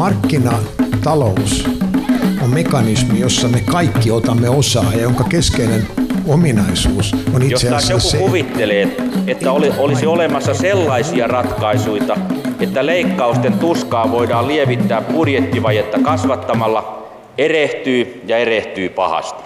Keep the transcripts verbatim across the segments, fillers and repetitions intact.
Markkinatalous on mekanismi, jossa me kaikki otamme osaa ja jonka keskeinen ominaisuus on itse asiassa Jos joku se, kuvittelee, että oli, olisi olemassa sellaisia ratkaisuja, että leikkausten tuskaa voidaan lievittää budjettivajetta kasvattamalla, erehtyy ja erehtyy pahasti.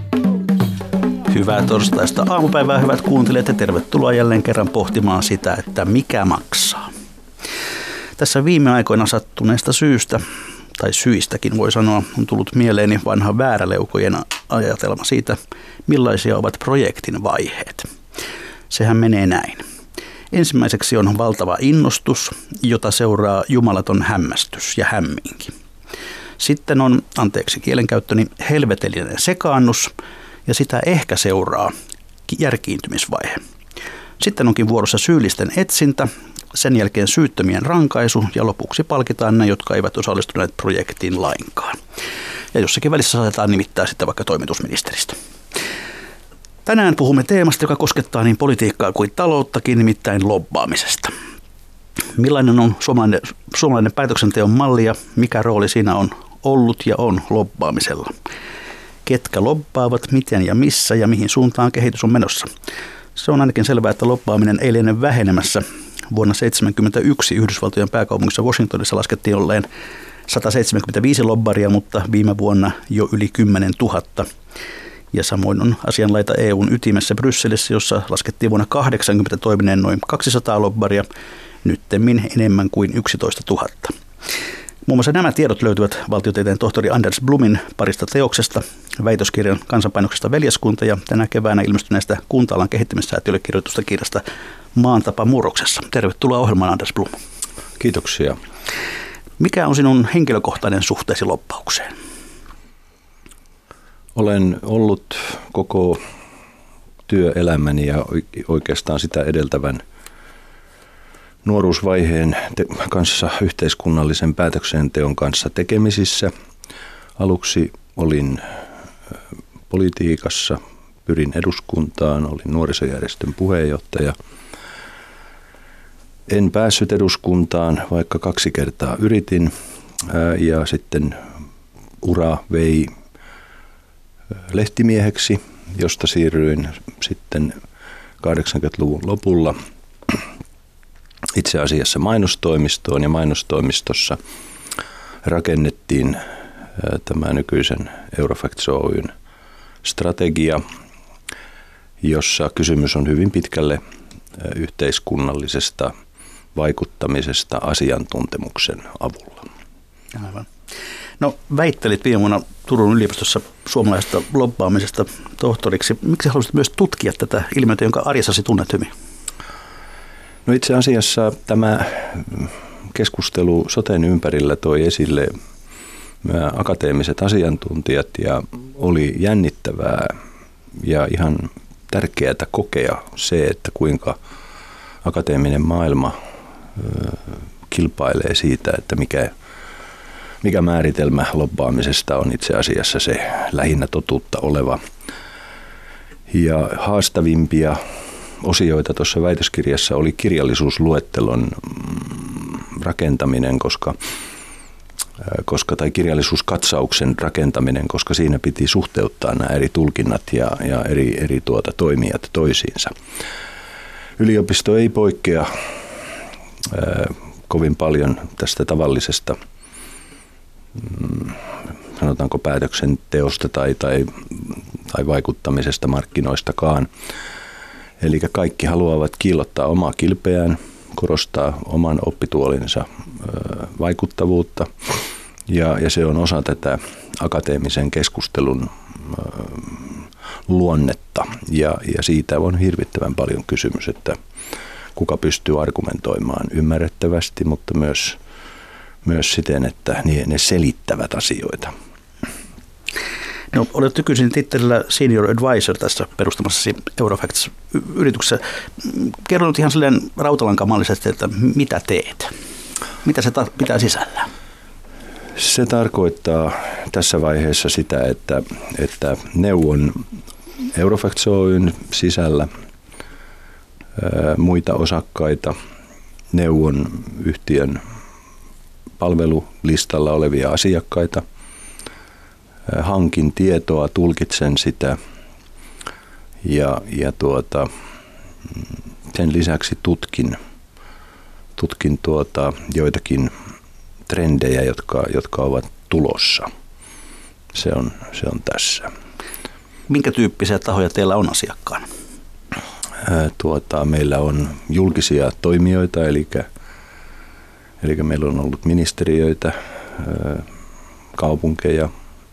Hyvää torstaista aamupäivää, hyvät kuuntelijat, ja tervetuloa jälleen kerran pohtimaan sitä, että mikä maksaa. Tässä viime aikoina sattuneesta syystä, tai syistäkin voi sanoa, on tullut mieleeni vanha vääräleukojen ajatelma siitä, millaisia ovat projektin vaiheet. Sehän menee näin. Ensimmäiseksi on valtava innostus, jota seuraa jumalaton hämmästys ja hämminki. Sitten on, anteeksi kielenkäyttöni, helvetellinen sekaannus, ja sitä ehkä seuraa järkiintymisvaihe. Sitten onkin vuorossa syyllisten etsintä, sen jälkeen syyttömien rankaisu ja lopuksi palkitaan ne, jotka eivät osallistuneet projektiin lainkaan. Ja jossakin välissä saatetaan nimittää sitten vaikka toimitusministeristä. Tänään puhumme teemasta, joka koskettaa niin politiikkaa kuin talouttakin, nimittäin lobbaamisesta. Millainen on suomalainen, suomalainen päätöksenteon malli ja mikä rooli siinä on ollut ja on lobbaamisella? Ketkä lobbaavat, miten ja missä ja mihin suuntaan kehitys on menossa? Se on ainakin selvää, että lobbaaminen ei liene vähenemässä. Vuonna tuhatyhdeksänsataaseitsemänkymmentäyksi Yhdysvaltojen pääkaupungissa Washingtonissa laskettiin olleen sata seitsemänkymmentäviisi lobbaria, mutta viime vuonna jo yli kymmenen tuhatta. Ja samoin on asianlaita E U:n ytimessä Brysselissä, jossa laskettiin vuonna kahdeksankymmentä toimineen noin kaksisataa lobbaria, nyttemmin enemmän kuin yksitoista tuhatta. Muun muassa nämä tiedot löytyvät valtiotieteen tohtori Anders Blumin parista teoksesta, väitöskirjan kansanpainoksesta Veljeskunta ja tänä keväänä ilmestyneestä kunta-alan kehittämissäätiölle kirjoitusta kirjasta Maantapa murroksessa. Tervetuloa ohjelmaan, Anders Blum. Kiitoksia. Mikä on sinun henkilökohtainen suhteesi lobbaukseen? Olen ollut koko työelämäni ja oikeastaan sitä edeltävän nuoruusvaiheen te- kanssa yhteiskunnallisen päätöksenteon kanssa tekemisissä. Aluksi olin politiikassa, pyrin eduskuntaan, olin nuorisojärjestön puheenjohtaja. En päässyt eduskuntaan, vaikka kaksi kertaa yritin, ja sitten ura vei lehtimieheksi, josta siirryin sitten kahdeksankymmentäluvun lopulla itse asiassa mainostoimistoon, ja mainostoimistossa rakennettiin tämä nykyisen Eurofacts Oyn strategia, jossa kysymys on hyvin pitkälle yhteiskunnallisesta vaikuttamisesta asiantuntemuksen avulla. Aivan. No, väittelit viime vuonna Turun yliopistossa suomalaisesta lobbaamisesta tohtoriksi. Miksi haluaisit myös tutkia tätä ilmiötä, jonka arjessasi tunnet hyvin? No itse asiassa tämä keskustelu soten ympärillä toi esille akateemiset asiantuntijat ja oli jännittävää ja ihan tärkeää kokea se, että kuinka akateeminen maailma kilpailee siitä, että mikä, mikä määritelmä lobbaamisesta on itse asiassa se lähinnä totuutta oleva. Ja haastavimpia osioita tuossa väitöskirjassa oli kirjallisuusluettelon rakentaminen, koska, koska, tai kirjallisuuskatsauksen rakentaminen, koska siinä piti suhteuttaa nämä eri tulkinnat ja, ja eri, eri tuota, toimijat toisiinsa. Yliopisto ei poikkea ää, kovin paljon tästä tavallisesta, mm, sanotaanko päätöksenteosta tai, tai, tai vaikuttamisesta markkinoistakaan. Eli kaikki haluavat kiillottaa omaa kilpeään, korostaa oman oppituolinsa vaikuttavuutta ja, ja se on osa tätä akateemisen keskustelun luonnetta ja, ja siitä on hirvittävän paljon kysymys, että kuka pystyy argumentoimaan ymmärrettävästi, mutta myös, myös siten, että ne, ne selittävät asioita. No, olet nykyisin tittelillä Senior Advisor tässä perustamassasi Eurofacts-yrityksessä. Kerro nyt ihan silleen rautalankamallisesti, että mitä teet? Mitä se ta- pitää sisällään? Se tarkoittaa tässä vaiheessa sitä, että, että neuvon Eurofacts Oyn sisällä ää, muita osakkaita, neuvon yhtiön palvelulistalla olevia asiakkaita, hankin tietoa, tulkitsen sitä ja, ja tuota, sen lisäksi tutkin, tutkin tuota joitakin trendejä, jotka, jotka ovat tulossa. Se on, se on tässä. Minkä tyyppisiä tahoja teillä on asiakkaana? Tuota, meillä on julkisia toimijoita, eli, eli meillä on ollut ministeriöitä, kaupunkeja,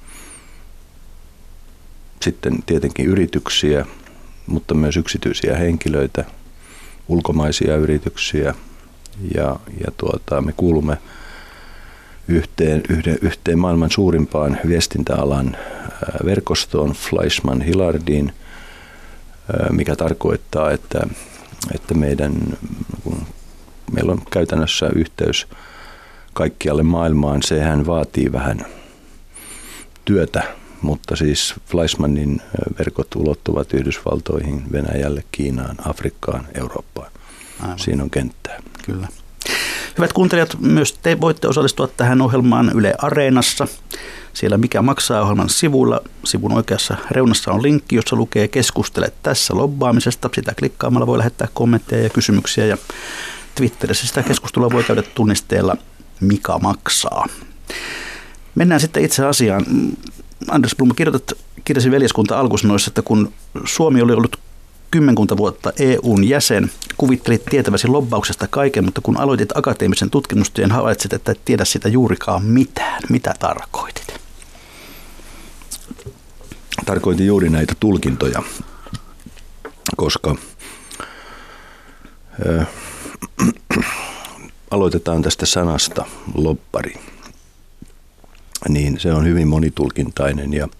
sitten tietenkin yrityksiä, mutta myös yksityisiä henkilöitä, ulkomaisia yrityksiä ja, ja tuota, me kuulumme yhteen, yhden, yhteen maailman suurimpaan viestintäalan verkostoon Fleishman Hillardiin, mikä tarkoittaa, että, että meidän, meillä on käytännössä yhteys kaikkialle maailmaan. Sehän vaatii vähän työtä, mutta siis Fleischmannin verkot ulottuvat Yhdysvaltoihin, Venäjälle, Kiinaan, Afrikkaan, Eurooppaan. Aivan. Siinä on kenttää. Kyllä. Hyvät kuuntelijat, myös te voitte osallistua tähän ohjelmaan Yle Areenassa. Siellä Mikä maksaa -ohjelman sivuilla. Sivun oikeassa reunassa on linkki, jossa lukee Keskustele tässä lobbaamisesta. Sitä klikkaamalla voi lähettää kommentteja ja kysymyksiä. Ja Twitterissä sitä keskustelua voi käydä tunnisteella Mikä maksaa. Mennään sitten itse asiaan. Anders Blom, kirjoitat kirjasi Veljeskunta alkusanoissa, että kun Suomi oli ollut kymmenkunta vuotta E U:n jäsen, kuvittelit tietäväsi lobbauksesta kaiken, mutta kun aloitit akateemisen tutkimustyön, havaitsit, että et tiedä sitä juurikaan mitään. Mitä tarkoitit? Tarkoitin juuri näitä tulkintoja, koska äh, aloitetaan tästä sanasta lobbari, niin se on hyvin monitulkintainen ja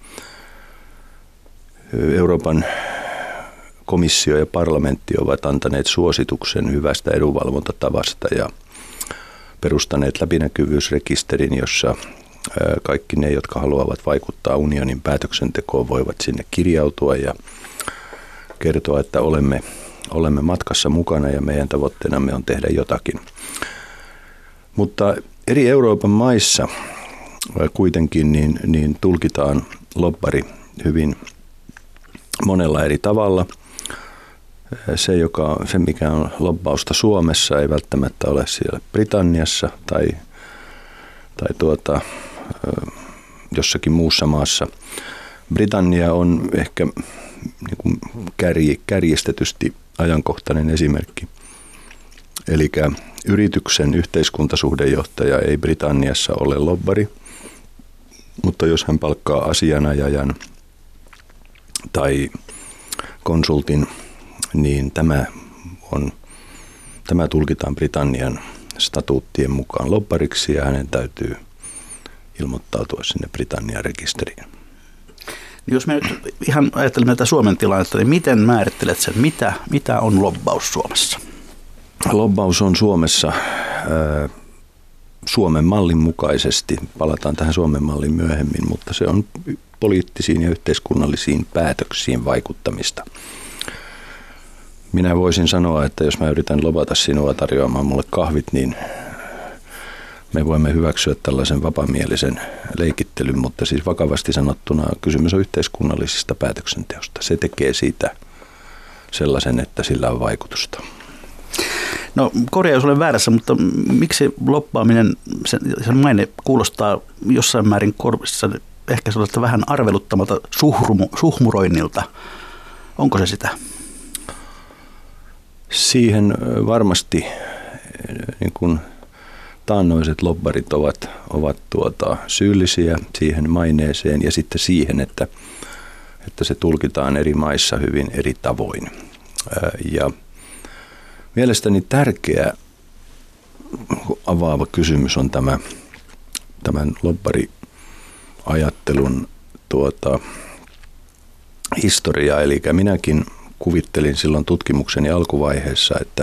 Euroopan komissio ja parlamentti ovat antaneet suosituksen hyvästä edunvalvontatavasta ja perustaneet läpinäkyvyysrekisterin, jossa kaikki ne, jotka haluavat vaikuttaa unionin päätöksentekoon, voivat sinne kirjautua ja kertoa, että olemme, olemme matkassa mukana ja meidän tavoitteenamme on tehdä jotakin. Mutta eri Euroopan maissa kuitenkin niin, niin tulkitaan lobbari hyvin monella eri tavalla. Se, joka, se, mikä on lobbausta Suomessa, ei välttämättä ole siellä Britanniassa tai, tai tuota, jossakin muussa maassa. Britannia on ehkä niin kuin kärji, kärjistetysti ajankohtainen esimerkki. Eli yrityksen yhteiskuntasuhdejohtaja ei Britanniassa ole lobbari, mutta jos hän palkkaa asianajajan tai konsultin, niin tämä, on, tämä tulkitaan Britannian statuuttien mukaan lobbariksi ja hänen täytyy ilmoittautua sinne Britannian rekisteriin. Jos me nyt ihan ajattelemme tätä Suomen tilannetta, niin miten määrittelet sen, mitä, mitä on lobbaus Suomessa? Lobbaus on Suomessa ää, Suomen mallin mukaisesti, palataan tähän Suomen malliin myöhemmin, mutta se on poliittisiin ja yhteiskunnallisiin päätöksiin vaikuttamista. Minä voisin sanoa, että jos mä yritän lobata sinua tarjoamaan mulle kahvit, niin me voimme hyväksyä tällaisen vapamielisen leikittelyn, mutta siis vakavasti sanottuna kysymys on yhteiskunnallisesta päätöksenteosta. Se tekee siitä sellaisen, että sillä on vaikutusta. No korjaa, jos olen väärässä, mutta miksi lobbaaminen, sen, sen maine kuulostaa jossain määrin korvissa ehkä sellaista vähän arveluttamalta suhrumu, suhmuroinnilta. Onko se sitä? Siihen varmasti niin kuin taannoiset lobbarit ovat, ovat tuota, syyllisiä siihen maineeseen ja sitten siihen, että, että se tulkitaan eri maissa hyvin eri tavoin. Ja mielestäni tärkeä avaava kysymys on tämä, tämän lobbariajattelun tuota, historia. Eli minäkin kuvittelin silloin tutkimukseni alkuvaiheessa, että,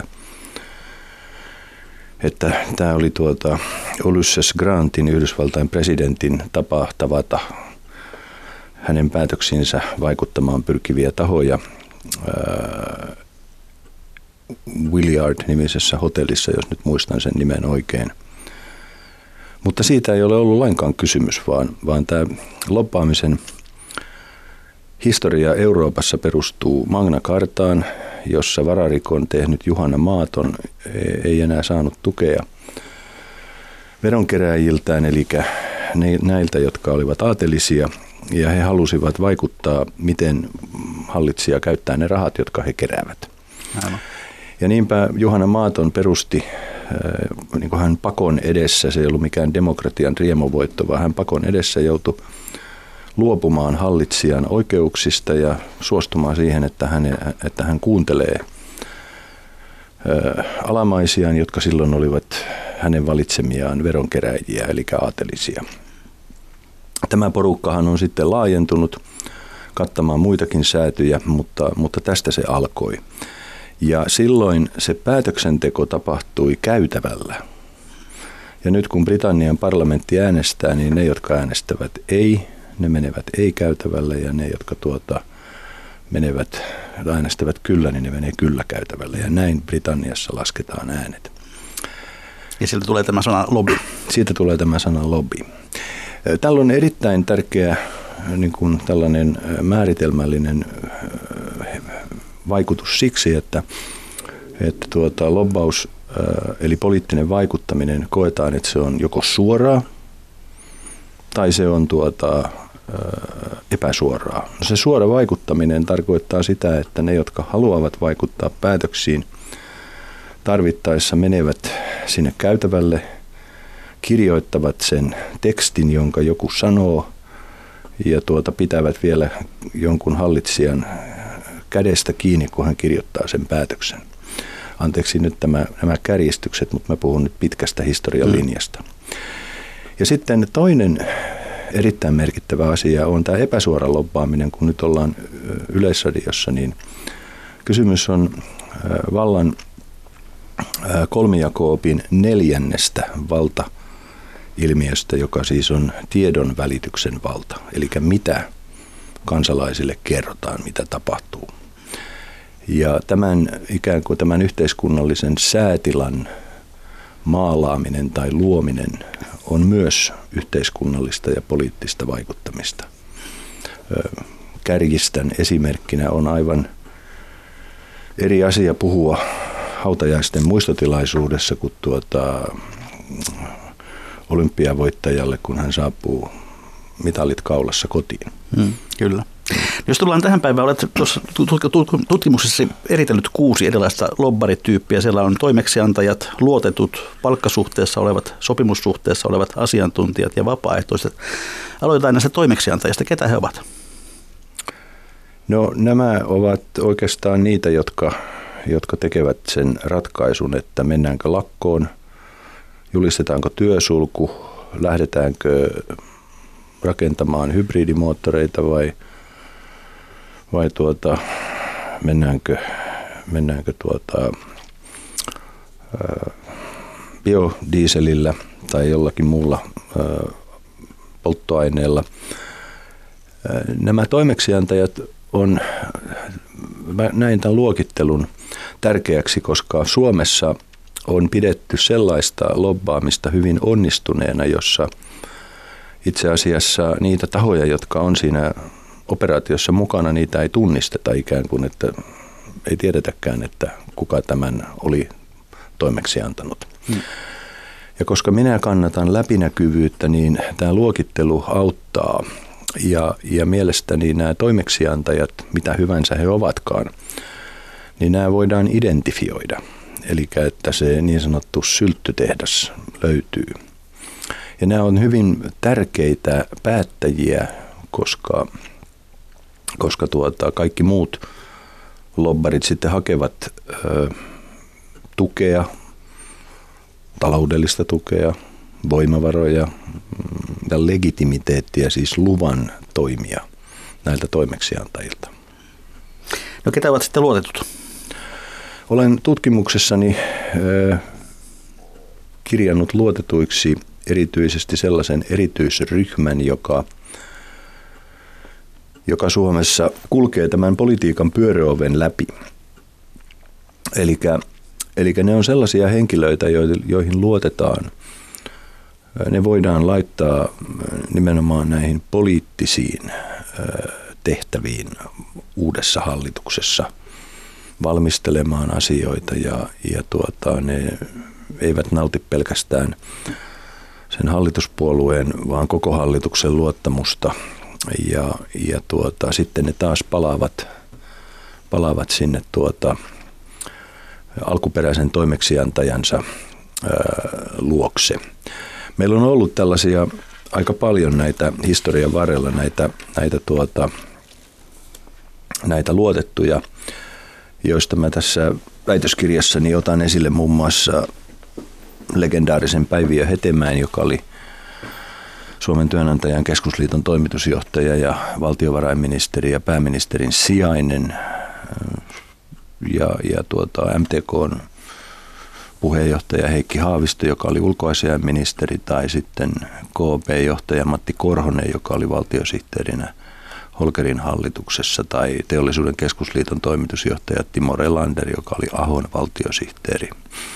että tämä oli tuota Ulysses Grantin, Yhdysvaltain presidentin, tapa tavata hänen päätöksiinsä vaikuttamaan pyrkiviä tahoja ää, Williard-nimisessä hotellissa, jos nyt muistan sen nimen oikein. Mutta siitä ei ole ollut lainkaan kysymys, vaan, vaan tämä lobbaamisen historia Euroopassa perustuu Magna Cartaan, jossa vararikon tehnyt Juhana Maaton ei enää saanut tukea veronkeräjiltään, eli näiltä, jotka olivat aatelisia, ja he halusivat vaikuttaa, miten hallitsija käyttää ne rahat, jotka he keräävät. Aivan. Ja niinpä Juhana Maaton perusti, niin kuin hän pakon edessä, se ei ollut mikään demokratian riemuvoitto, vaan hän pakon edessä joutui luopumaan hallitsijan oikeuksista ja suostumaan siihen, että hän, että hän kuuntelee alamaisiaan, jotka silloin olivat hänen valitsemiaan veronkeräjiä, eli aatelisia. Tämä porukkahan on sitten laajentunut kattamaan muitakin säätyjä, mutta, mutta tästä se alkoi. Ja silloin se päätöksenteko tapahtui käytävällä. Ja nyt kun Britannian parlamentti äänestää, niin ne, jotka äänestävät ei, ne menevät ei-käytävälle, ja ne, jotka tuota, menevät, äänestävät kyllä, niin ne menee kyllä-käytävälle. Ja näin Britanniassa lasketaan äänet. Ja sieltä tulee tämä sana lobby. Siitä tulee tämä sana lobby. Tällä on erittäin tärkeä niin kuin tällainen määritelmällinen vaikutus siksi, että, että tuota, lobbaus eli poliittinen vaikuttaminen koetaan, että se on joko suoraa tai se on tuota, epäsuoraa. No se suora vaikuttaminen tarkoittaa sitä, että ne, jotka haluavat vaikuttaa päätöksiin, tarvittaessa menevät sinne käytävälle, kirjoittavat sen tekstin, jonka joku sanoo, ja tuota, pitävät vielä jonkun hallitsijan kädestä kiinni, kun hän kirjoittaa sen päätöksen. Anteeksi nyt tämä, nämä kärjistykset, mutta mä puhun nyt pitkästä historian linjasta. Ja sitten toinen erittäin merkittävä asia on tämä epäsuora lobbaaminen, kun nyt ollaan Yleisradiossa, niin kysymys on vallan kolmijako-opin neljännestä valtailmiöstä, joka siis on tiedon välityksen valta. Eli mitä kansalaisille kerrotaan, mitä tapahtuu. Ja tämän ikään kuin tämän yhteiskunnallisen säätilan maalaaminen tai luominen on myös yhteiskunnallista ja poliittista vaikuttamista. Kärjistän esimerkkinä on aivan eri asia puhua hautajaisten muistotilaisuudessa kuin tuota, olympiavoittajalle, kun hän saapuu mitalit kaulassa kotiin. Hmm, kyllä. Jos tullaan tähän päivään, olet tuossa tutkimuksessa eritellyt kuusi erilaista lobbarityyppiä. Siellä on toimeksiantajat, luotetut, palkkasuhteessa olevat, sopimussuhteessa olevat asiantuntijat ja vapaaehtoiset. Aloitetaan näistä toimeksiantajista. Ketä he ovat? No nämä ovat oikeastaan niitä, jotka, jotka tekevät sen ratkaisun, että mennäänkö lakkoon, julistetaanko työsulku, lähdetäänkö rakentamaan hybridimoottoreita vai, vai tuota, mennäänkö, mennäänkö tuota, ää, biodieselillä tai jollakin muulla ää, polttoaineella. Ää, nämä toimeksiantajat on, mä näin tämän luokittelun tärkeäksi, koska Suomessa on pidetty sellaista lobbaamista hyvin onnistuneena, jossa itse asiassa niitä tahoja, jotka on siinä operaatiossa mukana, niitä ei tunnisteta ikään kuin, että ei tiedetäkään, että kuka tämän oli toimeksi antanut. Hmm. Ja koska minä kannatan läpinäkyvyyttä, niin tämä luokittelu auttaa. Ja, ja mielestäni nämä toimeksiantajat, mitä hyvänsä he ovatkaan, niin nämä voidaan identifioida. Eli että se niin sanottu sylttytehdas löytyy. Ja nämä on hyvin tärkeitä päättäjiä, koska, koska tuota, kaikki muut lobbarit sitten hakevat ö, tukea, taloudellista tukea, voimavaroja ja legitimiteettiä, siis luvan toimia näiltä toimeksiantajilta. No ketä ovat sitten luotetut? Olen tutkimuksessani ö, kirjannut luotetuiksi erityisesti sellaisen erityisryhmän, joka, joka Suomessa kulkee tämän politiikan pyöröoven läpi. Elikkä, elikkä ne on sellaisia henkilöitä, joihin luotetaan ne voidaan laittaa nimenomaan näihin poliittisiin tehtäviin uudessa hallituksessa valmistelemaan asioita ja, ja tuota, ne eivät nauti pelkästään sen hallituspuolueen, vaan koko hallituksen luottamusta ja, ja tuota, sitten ne taas palaavat, palaavat sinne tuota, alkuperäisen toimeksiantajansa ää, luokse. Meillä on ollut tällaisia aika paljon näitä historian varrella näitä, näitä, tuota, näitä luotettuja, joista mä tässä väitöskirjassani otan esille muun muassa legendaarisen Päiviö Hetemäen, joka oli Suomen työnantajan keskusliiton toimitusjohtaja ja valtiovarainministeri ja pääministerin sijainen ja, ja tuota, M T K:n puheenjohtaja Heikki Haavisto, joka oli ulkoasiainministeri, tai sitten K P-johtaja Matti Korhonen, joka oli valtiosihteerinä Holkerin hallituksessa, tai Teollisuuden keskusliiton toimitusjohtaja Timo Relander, joka oli Ahon valtiosihteeri.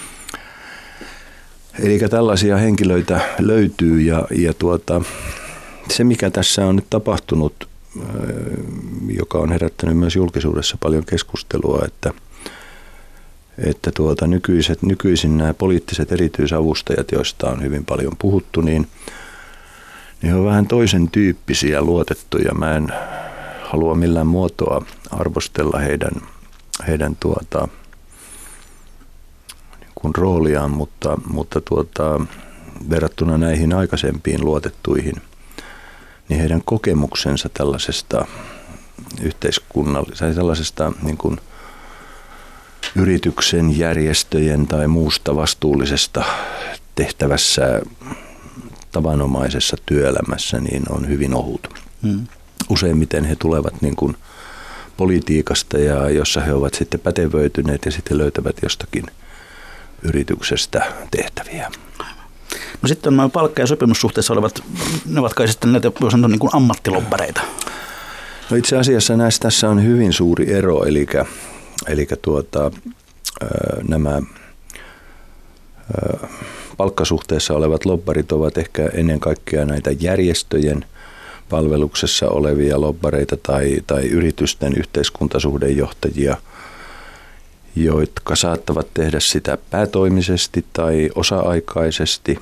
Eli tällaisia henkilöitä löytyy ja, ja tuota, se mikä tässä on nyt tapahtunut, joka on herättänyt myös julkisuudessa paljon keskustelua, että, että tuota, nykyiset, nykyisin nämä poliittiset erityisavustajat, joista on hyvin paljon puhuttu, niin ne on vähän toisen tyyppisiä luotettuja. Mä en halua millään muotoa arvostella heidän, heidän tuota, kuin rooliaan, mutta, mutta tuota, verrattuna näihin aikaisempiin luotettuihin, niin heidän kokemuksensa tällaisesta yhteiskunnallisesta, tällaisesta niin kuin yrityksen, järjestöjen tai muusta vastuullisesta tehtävässä tavanomaisessa työelämässä niin on hyvin ohut. Hmm. Useimmiten he tulevat niin kuin politiikasta, ja jossa he ovat sitten pätevöityneet ja sitten löytävät jostakin yrityksestä tehtäviä. No sitten on palkka- ja sopimussuhteessa olevat, ne ovat kai sitten näitä niin kuin ammattilobbareita. No itse asiassa näissä tässä on hyvin suuri ero, eli, eli tuota, nämä palkkasuhteessa olevat lobbarit ovat ehkä ennen kaikkea näitä järjestöjen palveluksessa olevia lobbareita tai, tai yritysten yhteiskuntasuhdejohtajia, jotka saattavat tehdä sitä päätoimisesti tai osa-aikaisesti.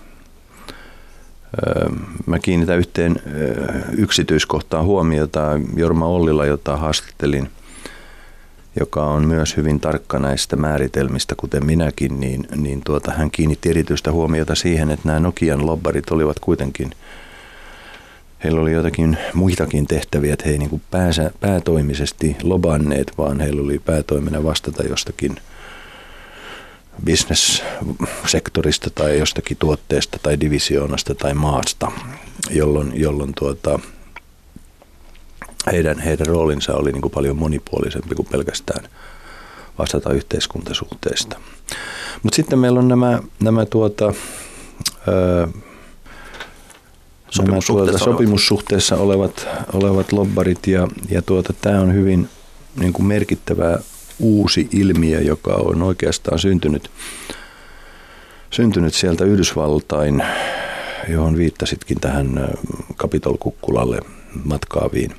Mä kiinnitän yhteen yksityiskohtaan huomiota. Jorma Ollila, jota haastattelin, joka on myös hyvin tarkka näistä määritelmistä, kuten minäkin, niin, niin tuota, hän kiinnitti erityistä huomiota siihen, että nämä Nokian lobbarit olivat kuitenkin, heillä oli jotakin muitakin tehtäviä, että he ei niin kuin pääsä, päätoimisesti lobanneet, vaan heillä oli päätoimena vastata jostakin business-sektorista tai jostakin tuotteesta tai divisioonasta tai maasta, jolloin, jolloin tuota, heidän, heidän roolinsa oli niin kuin paljon monipuolisempi kuin pelkästään vastata yhteiskuntasuhteista. Mutta sitten meillä on nämä, nämä tuota, ö, Sopimussuhteessa, tuota, sopimussuhteessa olevat, olevat lobbarit ja, ja tuota, tämä on hyvin niin kuin merkittävä uusi ilmiö, joka on oikeastaan syntynyt, syntynyt sieltä Yhdysvaltain, johon viittasitkin tähän Capitol-kukkulalle matkaaviin.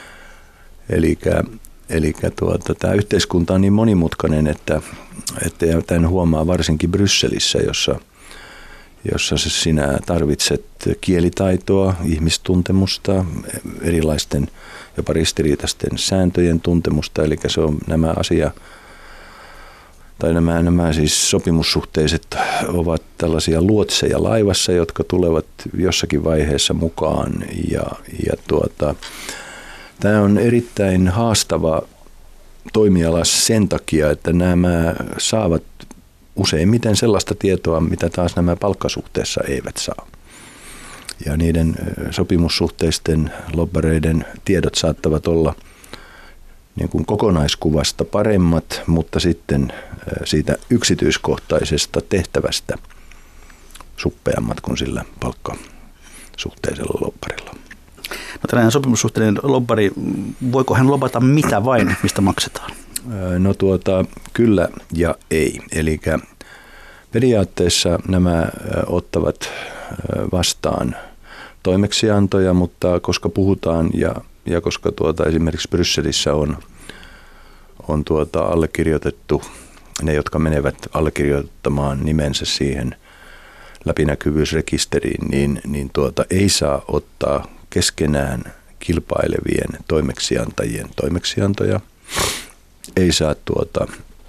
Eli tuota, tämä yhteiskunta on niin monimutkainen, että, että tämän huomaa varsinkin Brysselissä, jossa jossa sinä tarvitset kielitaitoa, ihmistuntemusta, erilaisten jopa ristiriitaisten sääntöjen tuntemusta, eli se on nämä asia, tai nämä, nämä siis sopimussuhteiset ovat tällaisia luotseja laivassa, jotka tulevat jossakin vaiheessa mukaan, ja, ja tuota, tämä on erittäin haastava toimiala sen takia, että nämä saavat useimmiten sellaista tietoa, mitä taas nämä palkkasuhteessa eivät saa. Ja niiden sopimussuhteisten lobbareiden tiedot saattavat olla niin kuin kokonaiskuvasta paremmat, mutta sitten siitä yksityiskohtaisesta tehtävästä suppeammat kuin sillä palkkasuhteisella lobbarilla. No tällainen sopimussuhteinen lobbari, voiko hän lobata mitä vain, mistä maksetaan? No tuota, kyllä ja ei. Elikkä Periaatteessa nämä ottavat vastaan toimeksiantoja, mutta koska puhutaan ja, ja koska tuota, esimerkiksi Brysselissä on, on tuota, allekirjoitettu, ne jotka menevät allekirjoittamaan nimensä siihen läpinäkyvyysrekisteriin, niin, niin tuota, ei saa ottaa keskenään kilpailevien toimeksiantajien toimeksiantoja, ei saa tuota,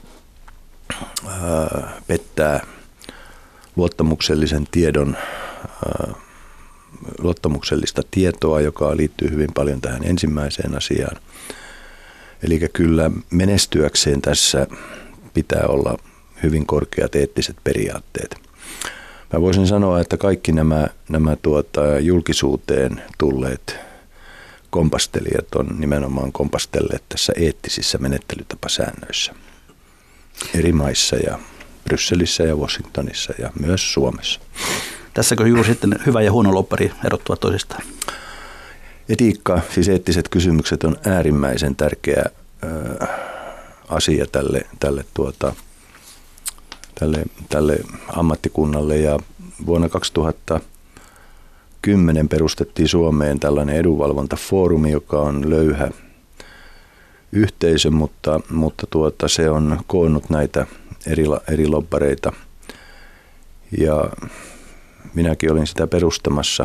ää, pettää luottamuksellisen tiedon, ää, luottamuksellista tietoa, joka liittyy hyvin paljon tähän ensimmäiseen asiaan. Eli kyllä menestyäkseen tässä pitää olla hyvin korkeat eettiset periaatteet. Mä voisin sanoa, että kaikki nämä, nämä tuota, julkisuuteen tulleet kompastelijat on nimenomaan kompastelleet tässä eettisissä menettelytapasäännöissä eri maissa ja Brysselissä ja Washingtonissa ja myös Suomessa. Tässäkö juuri sitten hyvä ja huono lobbari erottuvat toisistaan? Etiikka, siis eettiset kysymykset on äärimmäisen tärkeä ö, asia tälle, tälle, tuota, tälle, tälle ammattikunnalle ja vuonna kaksituhattakymmenen perustettiin Suomeen tällainen edunvalvontafoorumi, joka on löyhä yhteisö, mutta, mutta tuota, se on koonnut näitä eri, eri lobbareita ja minäkin olin sitä perustamassa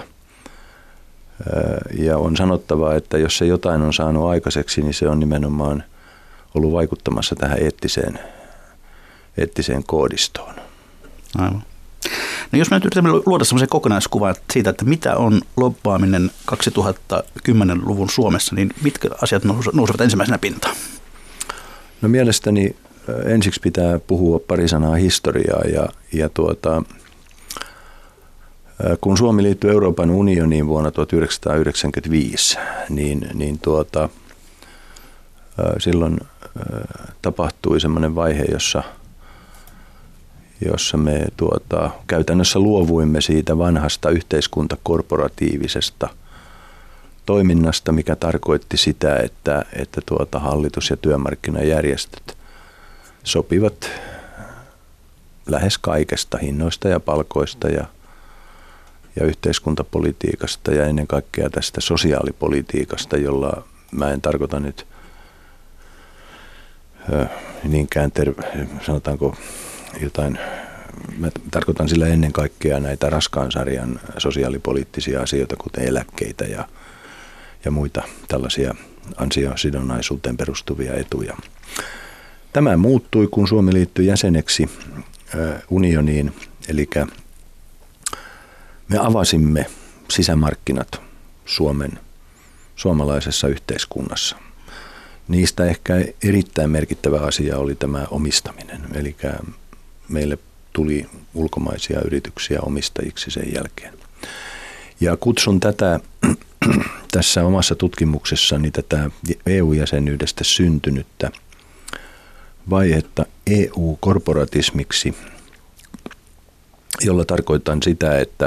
ja on sanottava, että jos se jotain on saanut aikaiseksi, niin se on nimenomaan ollut vaikuttamassa tähän eettiseen, eettiseen koodistoon. Aivan. No jos me nyt yritämme luoda sellaisen kokonaiskuvan siitä, että mitä on lobbaaminen kaksituhattakymmenluvun Suomessa, niin mitkä asiat nousevat ensimmäisenä pintaan? No mielestäni ensiksi pitää puhua pari sanaa historiaa ja, ja tuota, kun Suomi liittyi Euroopan unioniin vuonna tuhatyhdeksänsataayhdeksänkymmentäviisi, niin, niin tuota, silloin tapahtui semmoinen vaihe, jossa, jossa me tuota, käytännössä luovuimme siitä vanhasta yhteiskuntakorporatiivisesta toiminnasta, mikä tarkoitti sitä, että, että tuota, hallitus ja työmarkkinajärjestöt sopivat lähes kaikesta, hinnoista ja palkoista ja ja yhteiskuntapolitiikasta ja ennen kaikkea tästä sosiaalipolitiikasta, jolla mä en tarkoita nyt ö, niinkään, ter- sanotaanko jotain, mä tarkoitan sillä ennen kaikkea näitä raskaan sarjan sosiaalipoliittisia asioita, kuten eläkkeitä ja, ja muita tällaisia ansiosidonnaisuuteen perustuvia etuja. Tämä muuttui, kun Suomi liittyi jäseneksi ö, unioniin, eli me avasimme sisämarkkinat Suomen, suomalaisessa yhteiskunnassa. Niistä ehkä erittäin merkittävä asia oli tämä omistaminen. Eli meille tuli ulkomaisia yrityksiä omistajiksi sen jälkeen. Ja kutsun tätä tässä omassa tutkimuksessani tätä E U-jäsenyydestä syntynyttä vaihetta E U-korporatismiksi, jolla tarkoitan sitä, että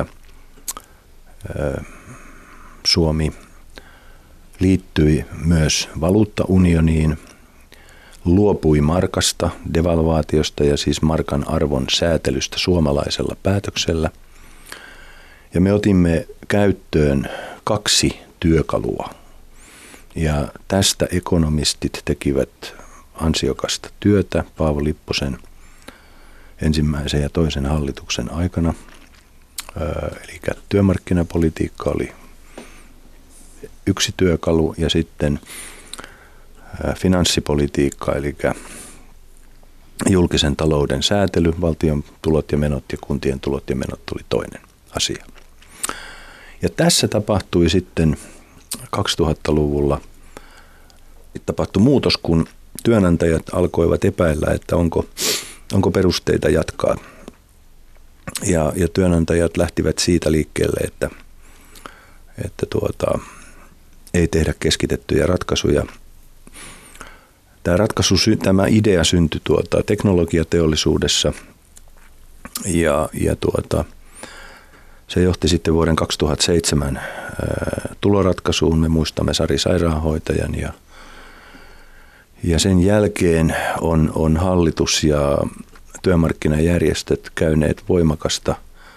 Suomi liittyi myös valuuttaunioniin, luopui markasta, devalvaatiosta ja siis markan arvon säätelystä suomalaisella päätöksellä. Ja me otimme käyttöön kaksi työkalua. Ja tästä ekonomistit tekivät ansiokasta työtä Paavo Lipposen ensimmäisen ja toisen hallituksen aikana. Eli työmarkkinapolitiikka oli yksi työkalu ja sitten finanssipolitiikka, eli julkisen talouden säätely, valtion tulot ja menot ja kuntien tulot ja menot oli toinen asia. Ja tässä tapahtui sitten kaksituhattaluvulla tapahtui muutos, kun työnantajat alkoivat epäillä, että onko, onko perusteita jatkaa. Ja, ja työnantajat lähtivät siitä liikkeelle, että, että tuota, ei tehdä keskitettyjä ratkaisuja. Tämä, ratkaisu, tämä idea syntyi tuota, teknologiateollisuudessa ja, ja tuota, se johti sitten vuoden kaksituhattaseitsemän ää, tuloratkaisuun. Me muistamme Sari Sairaanhoitajan ja, ja sen jälkeen on, on hallitus ja työmarkkinajärjestöt käyneet voimakasta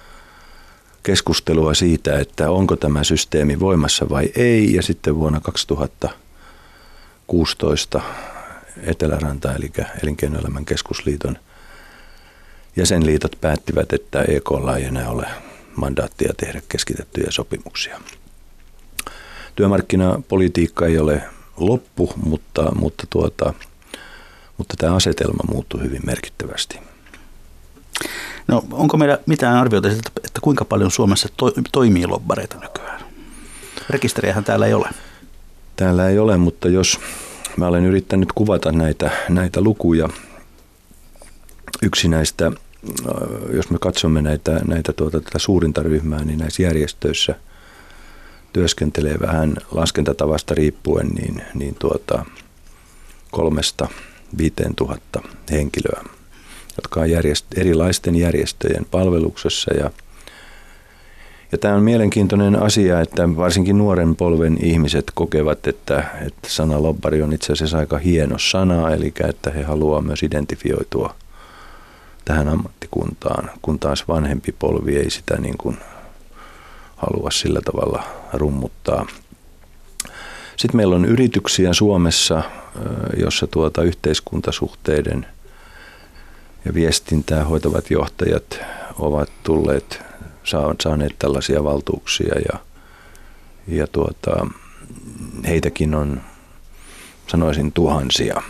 keskustelua siitä, että onko tämä systeemi voimassa vai ei. Ja sitten vuonna kaksituhattakuusitoista Eteläranta, eli Elinkeinoelämän keskusliiton jäsenliitot päättivät, että E K:lla ei enää ole mandaattia tehdä keskitettyjä sopimuksia. Työmarkkinapolitiikka ei ole loppu, mutta, mutta, tuota, mutta tämä asetelma muuttui hyvin merkittävästi. No, onko meillä mitään arvioita siitä, että kuinka paljon Suomessa to, toimii lobbareita nykyään? Rekisteriähän täällä ei ole. Täällä ei ole, mutta jos mä olen yrittänyt kuvata näitä, näitä lukuja, yksi näistä, jos me katsomme näitä, näitä tuota, tätä suurinta ryhmää, niin näissä järjestöissä työskentelee vähän laskentatavasta riippuen niin, niin tuota, kolmesta viiteen tuhatta henkilöä, jotka on järjest- erilaisten järjestöjen palveluksessa. Ja, ja tämä on mielenkiintoinen asia, että varsinkin nuoren polven ihmiset kokevat, että, että sana lobbari on itse asiassa aika hieno sana, eli että he haluavat myös identifioitua tähän ammattikuntaan, kun taas vanhempi polvi ei sitä niin kuin halua sillä tavalla rummuttaa. Sitten meillä on yrityksiä Suomessa, jossa tuota yhteiskuntasuhteiden ja viestintää hoitavat johtajat ovat tulleet, saaneet tällaisia valtuuksia ja, ja tuota, heitäkin on, sanoisin, tuhansia,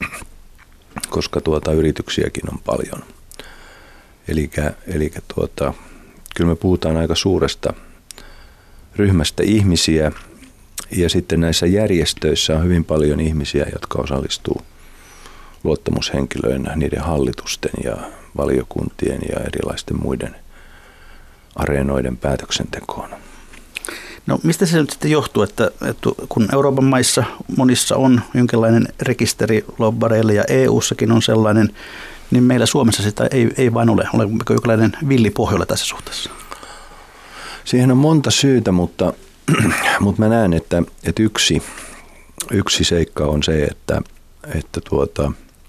koska tuota, yrityksiäkin on paljon. Elikkä, elikkä tuota, kyllä me puhutaan aika suuresta ryhmästä ihmisiä, ja sitten näissä järjestöissä on hyvin paljon ihmisiä, jotka osallistuu luottamushenkilöinä niiden hallitusten ja valiokuntien ja erilaisten muiden areenoiden päätöksentekoon. No mistä se nyt sitten johtuu, että, että kun Euroopan maissa monissa on jonkinlainen rekisteri lobbareille ja E U:ssakin on sellainen, niin meillä Suomessa sitä ei, ei vain ole. Olemmeko jonkinlainen villipohjola tässä suhteessa? Siihen on monta syytä, mutta, mutta mä näen, että, että yksi, yksi seikka on se, että, että tuota,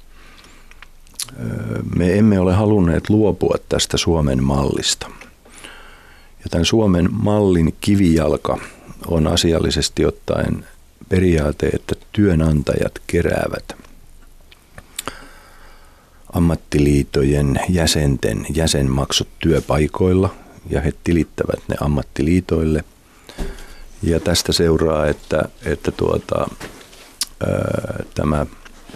me emme ole halunneet luopua tästä Suomen mallista. Ja tämän Suomen mallin kivijalka on asiallisesti ottaen periaate, että työnantajat keräävät ammattiliitojen jäsenten jäsenmaksut työpaikoilla ja he tilittävät ne ammattiliitoille. Ja tästä seuraa, että, että tuota, ää, tämä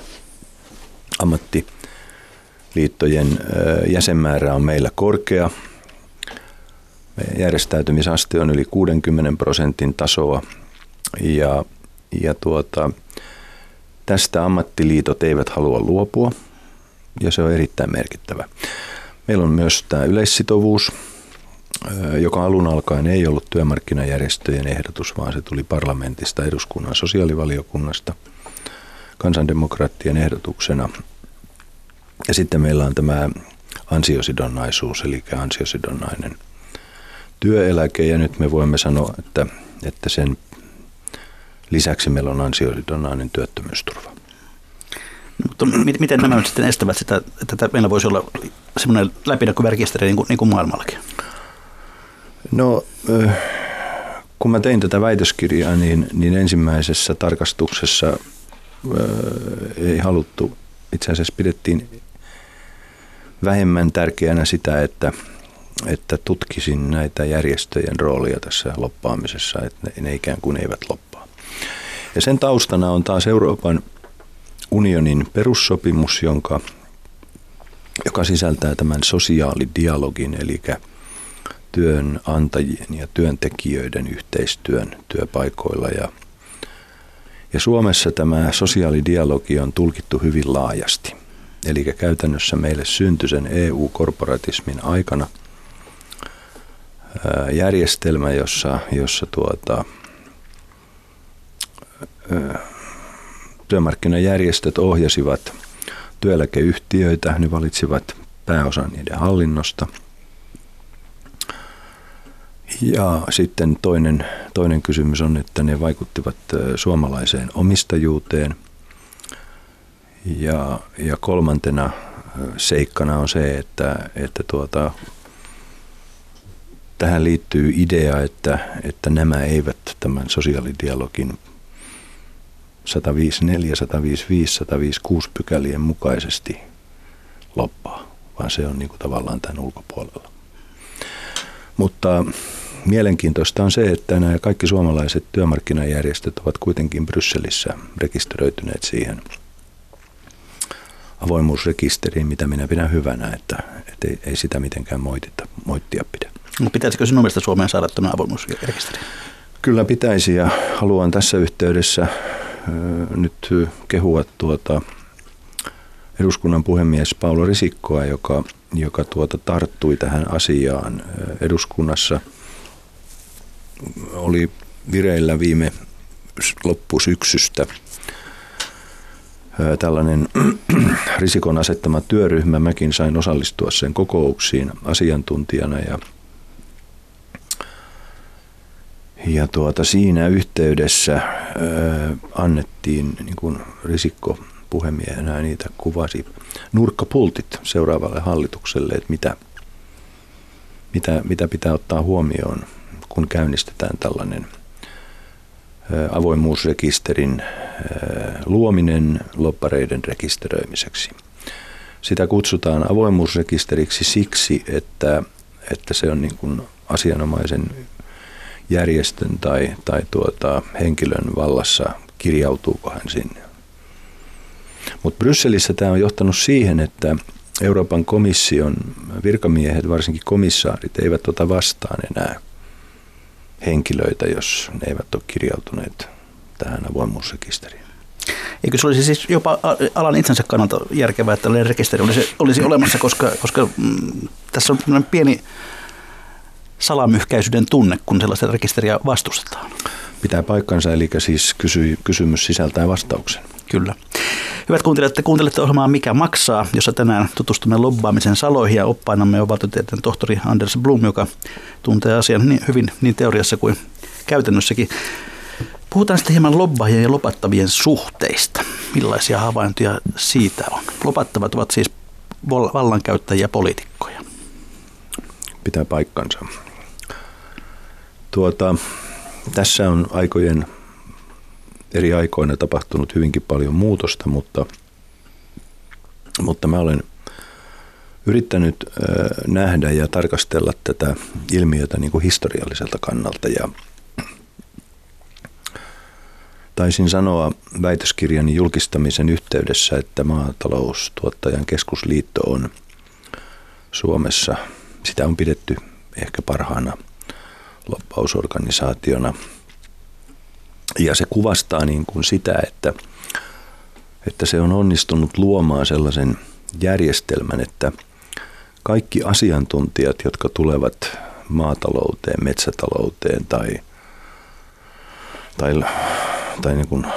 ammattiliittojen ää, jäsenmäärä on meillä korkea. Järjestäytymisaste on yli kuudenkymmenen prosentin tasoa ja, ja tuota, tästä ammattiliitot eivät halua luopua ja se on erittäin merkittävä. Meillä on myös tämä yleissitovuus, joka alun alkaen ei ollut työmarkkinajärjestöjen ehdotus, vaan se tuli parlamentista, eduskunnan sosiaalivaliokunnasta kansandemokraattien ehdotuksena. Ja sitten meillä on tämä ansiosidonnaisuus, eli ansiosidonnainen työeläke, ja nyt me voimme sanoa, että, että sen lisäksi meillä on ansiosidonnainen työttömyysturva. Mutta miten nämä nyt sitten estävät sitä, että meillä voisi olla semmoinen läpinäkyvä rekisteri niin kuin, niin kuin maailmallakin? No, kun mä tein tätä väitöskirjaa, niin, niin ensimmäisessä tarkastuksessa ei haluttu, itse asiassa pidettiin vähemmän tärkeänä sitä, että, että tutkisin näitä järjestöjen roolia tässä loppaamisessa, että ne, ne ikään kuin eivät loppaa. Ja sen taustana on taas Euroopan unionin perussopimus, jonka, joka sisältää tämän sosiaalidialogin, eli työnantajien ja työntekijöiden yhteistyön työpaikoilla. Ja, ja Suomessa tämä sosiaalidialogi on tulkittu hyvin laajasti. Eli käytännössä meille syntyi sen E U-korporatismin aikana ää, järjestelmä, jossa, jossa tuota, ää, työmarkkinajärjestöt ohjasivat työeläkeyhtiöitä, ne valitsivat pääosan niiden hallinnosta. Ja sitten toinen, toinen kysymys on, että ne vaikuttivat suomalaiseen omistajuuteen. Ja, ja kolmantena seikkana on se, että, että tuota, tähän liittyy idea, että, että nämä eivät tämän sosiaalidialogin sata viisikymmentäneljä, sata viisikymmentäviisi, sata viisikymmentäkuusi pykälien mukaisesti loppaa, vaan se on niin kuin tavallaan tämän ulkopuolella. Mutta mielenkiintoista on se, että nämä kaikki suomalaiset työmarkkinajärjestöt ovat kuitenkin Brysselissä rekisteröityneet siihen avoimuusrekisteriin, mitä minä pidän hyvänä, että, että ei, ei sitä mitenkään moitita, moittia pidä. No pitäisikö sinun mielestä Suomeen saada tämä avoimuusrekisteri? Kyllä pitäisi, ja haluan tässä yhteydessä äh, nyt kehua tuota eduskunnan puhemies Paula Risikkoa, joka, joka tuota tarttui tähän asiaan eduskunnassa. Oli vireillä viime loppusyksystä tällainen Risikon asettama työryhmä. Mäkin sain osallistua sen kokouksiin asiantuntijana ja, ja tuota, siinä yhteydessä ää, annettiin, niin kuin Risikko puhemiehenä niitä kuvasi, nurkkapultit seuraavalle hallitukselle, että mitä, mitä, mitä pitää ottaa huomioon, kun käynnistetään tällainen avoimuusrekisterin luominen lobbareiden rekisteröimiseksi. Sitä kutsutaan avoimuusrekisteriksi siksi, että, että se on niin kuin asianomaisen järjestön tai, tai tuota, henkilön vallassa, kirjautuuko hän sinne. Mutta Brysselissä tämä on johtanut siihen, että Euroopan komission virkamiehet, varsinkin komissaarit, eivät ota vastaan enää henkilöitä, jos ne eivät ole kirjautuneet tähän avoimuusrekisteriin. Eikö se olisi siis jopa alan itsensä kannalta järkevää, että tällainen rekisteri olisi, olisi olemassa, koska, koska mm, tässä on pieni salamyhkäisyyden tunne, kun sellaista rekisteriä vastustetaan. Pitää paikkansa, eli siis kysy, kysymys sisältää vastauksen. Kyllä. Hyvät kuuntelijat, te kuuntelette ohjelmaa Mikä maksaa, jossa tänään tutustumme lobbaamisen saloihin ja oppainamme on valtiotieteen tohtori Anders Blom, joka tuntee asian niin hyvin niin teoriassa kuin käytännössäkin. Puhutaan sitten hieman lobbaajien ja lopattavien suhteista. Millaisia havaintoja siitä on? Lopattavat ovat siis vallankäyttäjiä poliitikkoja. Pitää paikkansa. Tuota, tässä on aikojen eri aikoina tapahtunut hyvinkin paljon muutosta, mutta, mutta mä olen yrittänyt äh, nähdä ja tarkastella tätä ilmiötä niin kuin historialliselta kannalta. Ja taisin sanoa väitöskirjani julkistamisen yhteydessä, että Maataloustuottajan keskusliitto on Suomessa, sitä on pidetty ehkä parhaana lobbausorganisaationa. Ja se kuvastaa niin kuin sitä, että, että se on onnistunut luomaan sellaisen järjestelmän, että kaikki asiantuntijat, jotka tulevat maatalouteen, metsätalouteen tai, tai, tai niin kuin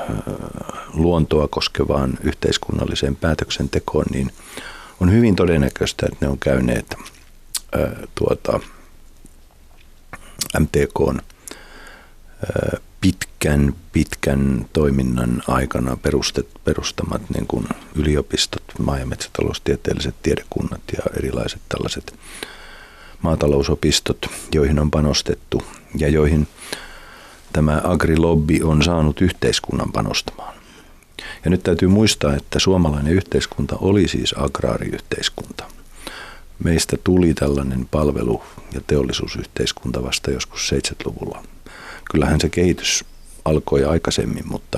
luontoa koskevaan yhteiskunnalliseen päätöksentekoon, niin on hyvin todennäköistä, että ne on käyneet ää, tuota, M T K:n ää, pitkän, pitkän toiminnan aikana perustet, perustamat niin kuin yliopistot, maa- ja metsätaloustieteelliset tiedekunnat ja erilaiset tällaiset maatalousopistot, joihin on panostettu ja joihin tämä agrilobby on saanut yhteiskunnan panostamaan. Ja nyt täytyy muistaa, että suomalainen yhteiskunta oli siis agraariyhteiskunta. Meistä tuli tällainen palvelu- ja teollisuusyhteiskunta vasta joskus seitsemänkymmentäluvulla. Kyllähän se kehitys alkoi aikaisemmin, mutta,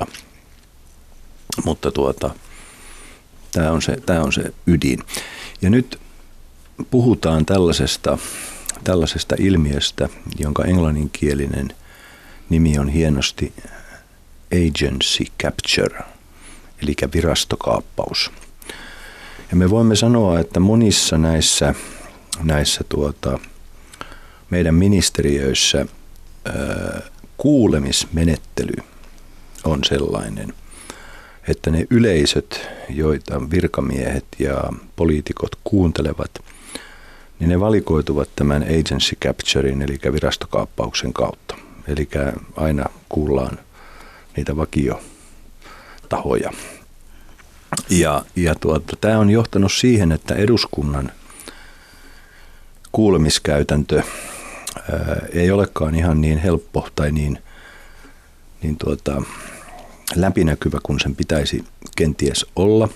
mutta tuota, tämä on se, tämä on se ydin. Ja nyt puhutaan tällaisesta, tällaisesta ilmiöstä, jonka englanninkielinen nimi on hienosti agency capture, eli virastokaappaus. Ja me voimme sanoa, että monissa näissä, näissä tuota, meidän ministeriöissä ää, kuulemismenettely on sellainen, että ne yleisöt, joita virkamiehet ja poliitikot kuuntelevat, niin ne valikoituvat tämän agency capturein, eli virastokaappauksen kautta. Eli aina kuullaan niitä vakiotahoja. Ja, ja tuota, tämä on johtanut siihen, että eduskunnan kuulemiskäytäntö ää, ei olekaan ihan niin helppo tai niin, niin tuota, läpinäkyvä kuin sen pitäisi kenties olla.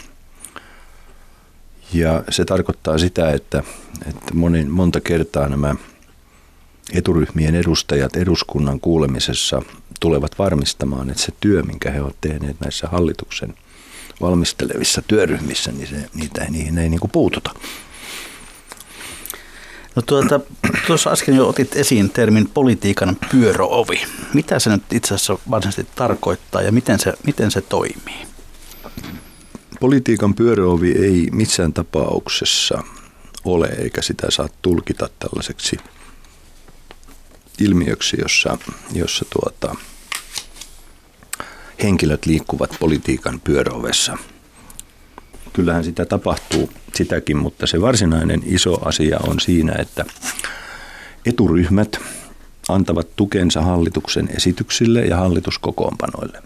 Ja se tarkoittaa sitä, että, että moni, monta kertaa nämä eturyhmien edustajat eduskunnan kuulemisessa tulevat varmistamaan, että se työ, minkä he ovat tehneet näissä hallituksen valmistelevissa työryhmissä, niin se, niitä, niihin ei niin kuin puututa. No tuota, tuossa äsken jo otit esiin termin politiikan pyöröovi. Mitä se nyt itse asiassa varsinaisesti tarkoittaa ja miten se, miten se toimii? Politiikan pyöröovi ei missään tapauksessa ole, eikä sitä saa tulkita tällaiseksi ilmiöksi, jossa, jossa tuota, henkilöt liikkuvat politiikan pyöröovessa. Kyllähän sitä tapahtuu sitäkin, mutta se varsinainen iso asia on siinä, että eturyhmät antavat tukensa hallituksen esityksille ja hallituskokoonpanoille.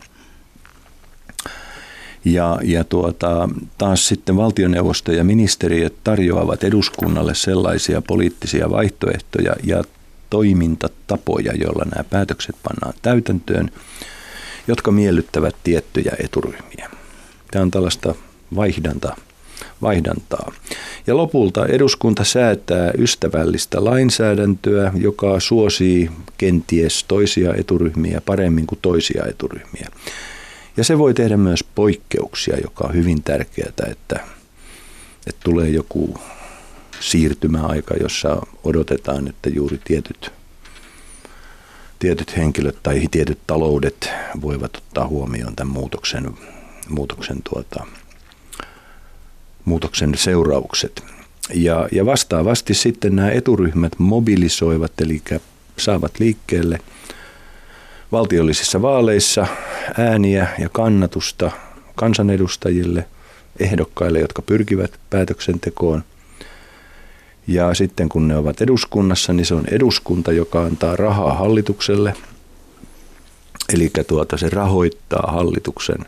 Ja, ja tuota, taas sitten valtioneuvosto ja ministeriöt tarjoavat eduskunnalle sellaisia poliittisia vaihtoehtoja ja toimintatapoja, joilla nämä päätökset pannaan täytäntöön, jotka miellyttävät tiettyjä eturyhmiä. Tämä on tällaista vaihdanta, vaihdantaa. Ja lopulta eduskunta säätää ystävällistä lainsäädäntöä, joka suosii kenties toisia eturyhmiä paremmin kuin toisia eturyhmiä. Ja se voi tehdä myös poikkeuksia, joka on hyvin tärkeää, että, että tulee joku siirtymäaika, jossa odotetaan, että juuri tietyt, tietyt henkilöt tai tietyt taloudet voivat ottaa huomioon tämän muutoksen, muutoksen, tuota, muutoksen seuraukset. Ja, ja vastaavasti sitten nämä eturyhmät mobilisoivat, eli saavat liikkeelle valtiollisissa vaaleissa ääniä ja kannatusta kansanedustajille, ehdokkaille, jotka pyrkivät päätöksentekoon. Ja sitten kun ne ovat eduskunnassa, niin se on eduskunta, joka antaa rahaa hallitukselle. Eli tuota, se rahoittaa hallituksen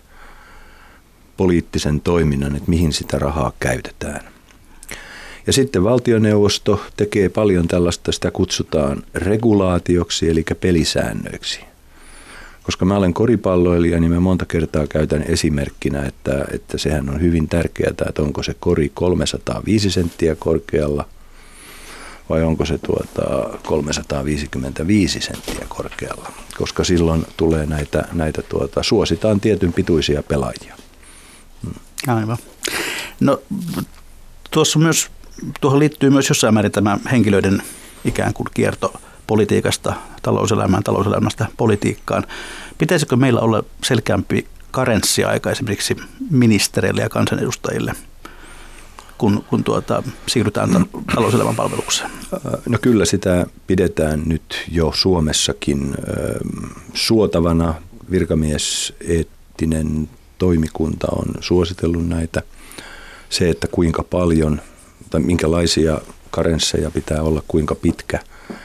poliittisen toiminnan, että mihin sitä rahaa käytetään. Ja sitten valtioneuvosto tekee paljon tällaista, sitä kutsutaan regulaatioksi, eli pelisäännöiksi. Koska mä olen koripalloilija, niin mä monta kertaa käytän esimerkkinä, että, että sehän on hyvin tärkeää, että onko se kori kolmesataaviisi senttiä korkealla vai onko se tuota kolmesataaviisikymmentäviisi senttiä korkealla. Koska silloin tulee näitä, näitä tuota, suositaan tietyn pituisia pelaajia. Hmm. Aivan. No tuossa myös, tuohon liittyy myös jossain määrin tämä henkilöiden ikään kuin kierto politiikasta, talouselämään, talouselämästä politiikkaan. Pitäisikö meillä olla selkeämpi karenssiaika esimerkiksi ministereille ja kansanedustajille, kun, kun tuota, siirrytään talouselämän palvelukseen? No kyllä sitä pidetään nyt jo Suomessakin suotavana. Virkamieseettinen toimikunta on suositellut näitä. Se, että kuinka paljon tai minkälaisia karensseja pitää olla, kuinka pitkä.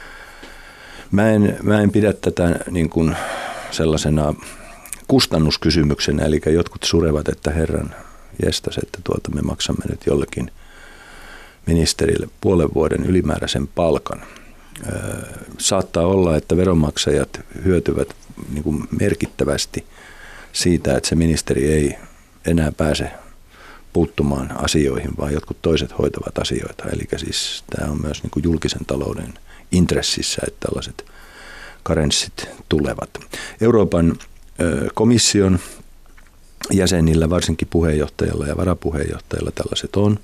Mä en, mä en pidä tätä niin kuin sellaisena kustannuskysymyksenä, eli jotkut surevat, että herran jestas, että tuolta me maksamme nyt jollekin ministerille puolen vuoden ylimääräisen palkan. Öö, saattaa olla, että veronmaksajat hyötyvät niin kuin merkittävästi siitä, että se ministeri ei enää pääse puuttumaan asioihin, vaan jotkut toiset hoitavat asioita. Eli siis tämä on myös niin kuin julkisen talouden intressissä, että tällaiset karenssit tulevat. Euroopan ö, komission jäsenillä, varsinkin puheenjohtajalla ja varapuheenjohtajalla tällaiset on.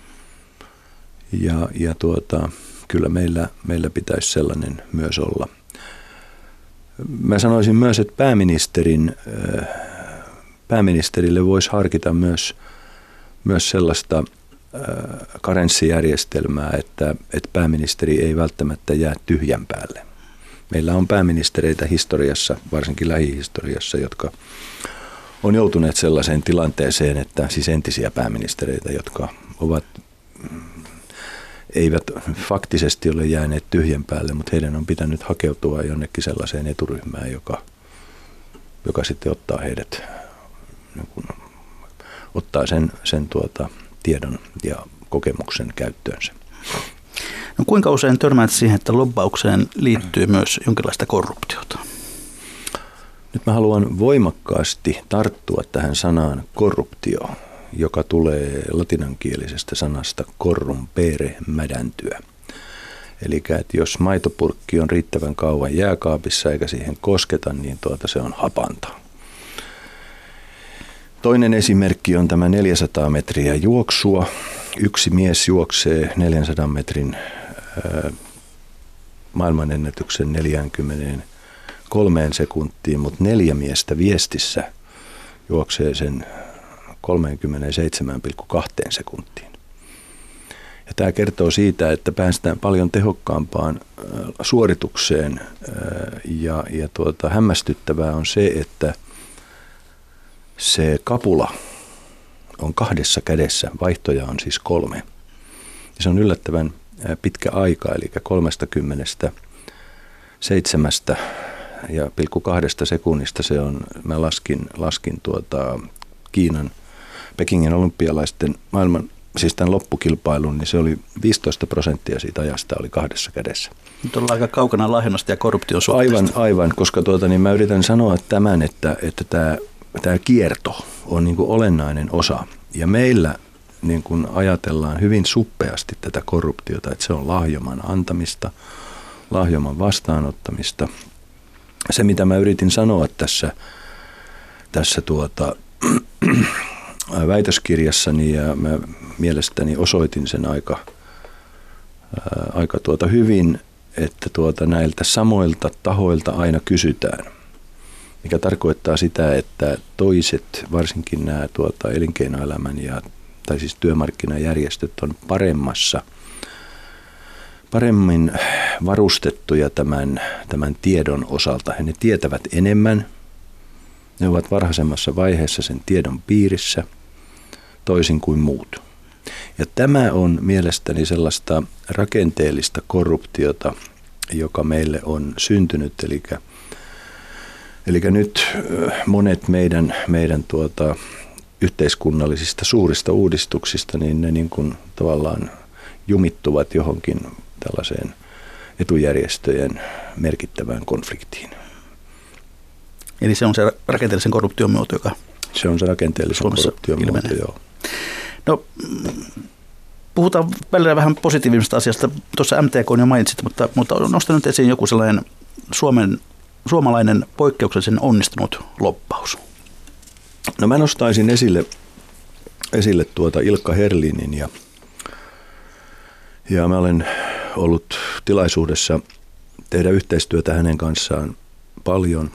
Ja, ja tuota, kyllä meillä, meillä pitäisi sellainen myös olla. Mä sanoisin myös, että pääministerin, ö, pääministerille voisi harkita myös, myös sellaista karenssijärjestelmää, että, että pääministeri ei välttämättä jää tyhjän päälle. Meillä on pääministereitä historiassa, varsinkin lähihistoriassa, jotka on joutuneet sellaiseen tilanteeseen, että siis entisiä pääministereitä, jotka ovat, eivät faktisesti ole jääneet tyhjän päälle, mutta heidän on pitänyt hakeutua jonnekin sellaiseen eturyhmään, joka, joka sitten ottaa heidät niin kuin ottaa sen, sen tuota, tiedon ja kokemuksen käyttöönsä. No kuinka usein törmäät siihen, että lobbaukseen liittyy myös jonkinlaista korruptiota? Nyt mä haluan voimakkaasti tarttua tähän sanaan korruptio, joka tulee latinankielisestä sanasta corrumpere, mädäntyä. Eli että jos maitopurkki on riittävän kauan jääkaapissa eikä siihen kosketa, niin tuota se on hapanta. Toinen esimerkki on tämä neljäsataa metriä juoksua. Yksi mies juoksee neljänsadan metrin ää, maailmanennätyksen neljäkymmentäkolme sekuntiin, mutta neljä miestä viestissä juoksee sen kolmekymmentäseitsemän pilkku kaksi sekuntiin. Ja tämä kertoo siitä, että päästään paljon tehokkaampaan suoritukseen ja, ja tuota, hämmästyttävää on se, että se kapula on kahdessa kädessä, vaihtoja on siis kolme. Ja se on yllättävän pitkä aika, eli kolmekymmentäseitsemän ja pilkku kahdesta sekunnista se on, mä laskin, laskin tuota Kiinan, Pekingin olympialaisten maailman, siis tämän loppukilpailun, niin se oli viisitoista prosenttia siitä ajasta oli kahdessa kädessä. Nyt ollaan aika kaukana lahjonnasta ja korruption suhteesta. Aivan, aivan, koska tuota, niin mä yritän sanoa tämän, että, että tämä, tämä kierto on niin kuin olennainen osa. Ja meillä niin kuin ajatellaan hyvin suppeasti tätä korruptiota, että se on lahjoman antamista, lahjoman vastaanottamista. Se, mitä mä yritin sanoa tässä, tässä tuota, väitöskirjassani, ja mä mielestäni osoitin sen aika, ää, aika tuota hyvin, että tuota näiltä samoilta tahoilta aina kysytään, mikä tarkoittaa sitä, että toiset, varsinkin nämä tuota elinkeinoelämän ja, tai siis työmarkkinajärjestöt on paremmassa, paremmin varustettuja tämän, tämän tiedon osalta. He ne tietävät enemmän, ne ovat varhaisemmassa vaiheessa sen tiedon piirissä, toisin kuin muut. Ja tämä on mielestäni sellaista rakenteellista korruptiota, joka meille on syntynyt. Eli, eli nyt monet meidän, meidän tuota, yhteiskunnallisista suurista uudistuksista, niin ne niin kuin tavallaan jumittuvat johonkin tällaiseen etujärjestöjen merkittävään konfliktiin. Eli se on se rakenteellisen korruption muoto, joka Se on se rakenteellisen Suomessa korruption ilmenee. muoto, joo. No, puhutaan välillä vähän positiivisesta asiasta. Tuossa M T K jo mainitsit, mutta, mutta nostan nyt esiin joku sellainen Suomen, suomalainen poikkeuksellisen onnistunut lobbaus. No mä nostaisin esille, esille tuota Ilkka Herlinin ja, ja mä olen ollut tilaisuudessa tehdä yhteistyötä hänen kanssaan paljon.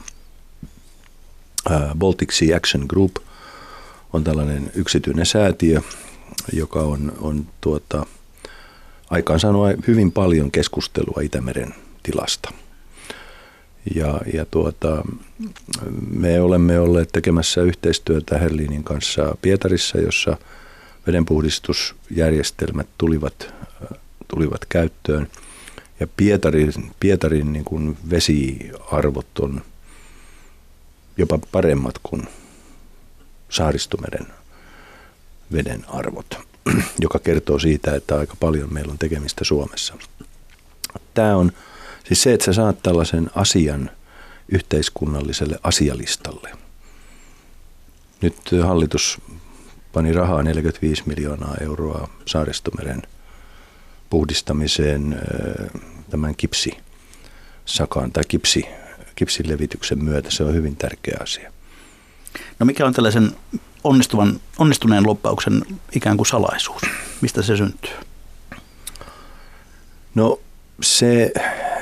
Baltic Sea Action Group on tällainen yksityinen säätiö, joka on, on tuota, aikaansaanut hyvin paljon keskustelua Itämeren tilasta. Ja, ja tuota, me olemme olleet tekemässä yhteistyötä Herlinin kanssa Pietarissa, jossa vedenpuhdistusjärjestelmät tulivat, tulivat käyttöön. Ja Pietarin, Pietarin niin kuin vesiarvot on jopa paremmat kuin Saaristomeren veden arvot, joka kertoo siitä, että aika paljon meillä on tekemistä Suomessa. Tämä on siis se, että sä saat tällaisen asian yhteiskunnalliselle asialistalle. Nyt hallitus pani rahaa neljäkymmentäviisi miljoonaa euroa Saaristomeren puhdistamiseen tämän kipsisakaan tai kipsi, kipsin levityksen myötä. Se on hyvin tärkeä asia. No mikä on tällaisen onnistuvan, onnistuneen lobbauksen ikään kuin salaisuus? Mistä se syntyy? No se,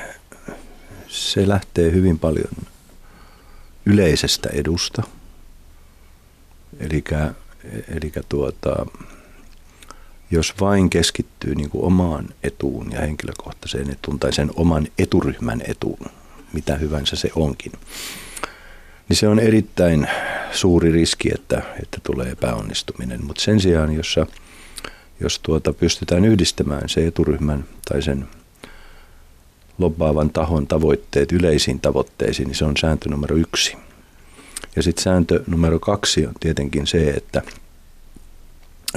se lähtee hyvin paljon yleisestä edusta. Elikkä, elikkä tuota, jos vain keskittyy niin kuin omaan etuun ja henkilökohtaiseen etuun tai sen oman eturyhmän etuun, mitä hyvänsä se onkin, niin se on erittäin suuri riski, että, että tulee epäonnistuminen. Mutta sen sijaan, jossa, jos tuota pystytään yhdistämään se eturyhmän tai sen lobbaavan tahon tavoitteet yleisiin tavoitteisiin, niin se on sääntö numero yksi. Ja sitten sääntö numero kaksi on tietenkin se, että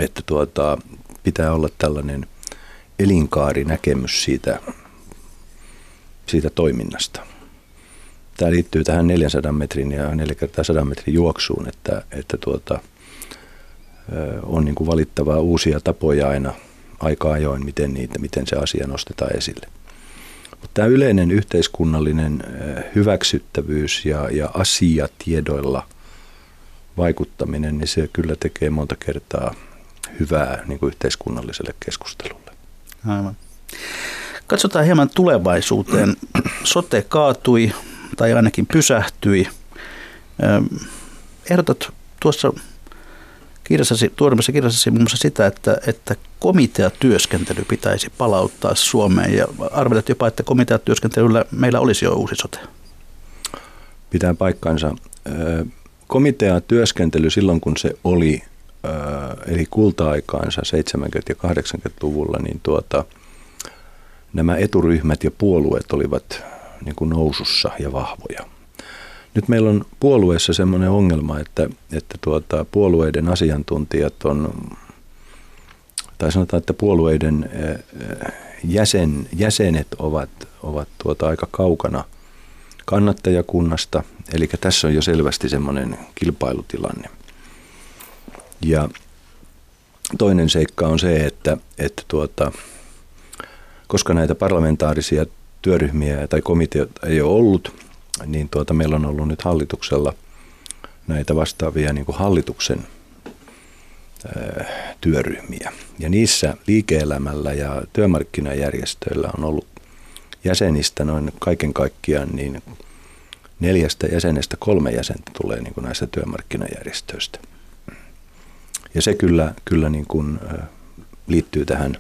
että tuota, pitää olla tällainen elinkaarinäkemys siitä, siitä toiminnasta. Tämä liittyy tähän neljänsadan metrin ja neljä kertaa sadan metrin juoksuun, että, että tuota, on niin kuin valittavaa uusia tapoja aina aika ajoin, miten, niitä, miten se asia nostetaan esille. Mutta tämä yleinen yhteiskunnallinen hyväksyttävyys ja, ja asiatiedoilla vaikuttaminen, niin se kyllä tekee monta kertaa hyvää niin kuin yhteiskunnalliselle keskustelulle. Aivan. Katsotaan hieman tulevaisuuteen. Sote kaatui tai ainakin pysähtyi. Ehdotat tuossa kirjassasi, tuoremmassa kirjassasi muun muassa sitä, että, että komiteatyöskentely pitäisi palauttaa Suomeen ja arvelet jopa, että komiteatyöskentelyllä meillä olisi jo uusi sote. Pitää paikkansa. Komiteatyöskentely silloin, kun se oli eli kulta-aikaansa seitsemänkymmentä- ja kahdeksankymmentäluvulla, niin tuota, nämä eturyhmät ja puolueet olivat niin kuin nousussa ja vahvoja. Nyt meillä on puolueessa semmoinen ongelma, että, että tuota, puolueiden asiantuntijat on, tai sanotaan, että puolueiden jäsen, jäsenet ovat, ovat tuota aika kaukana kannattajakunnasta, eli tässä on jo selvästi semmoinen kilpailutilanne. Ja toinen seikka on se, että, että tuota, koska näitä parlamentaarisia työryhmiä tai komiteoita ei ole ollut, niin tuota, meillä on ollut nyt hallituksella näitä vastaavia niin kuin hallituksen ää, työryhmiä. Ja niissä liike-elämällä ja työmarkkinajärjestöillä on ollut jäsenistä noin kaiken kaikkiaan niin neljästä jäsenestä kolme jäsentä tulee niin kuin näistä työmarkkinajärjestöistä. Ja se kyllä, kyllä niin kuin, ää, liittyy tähän,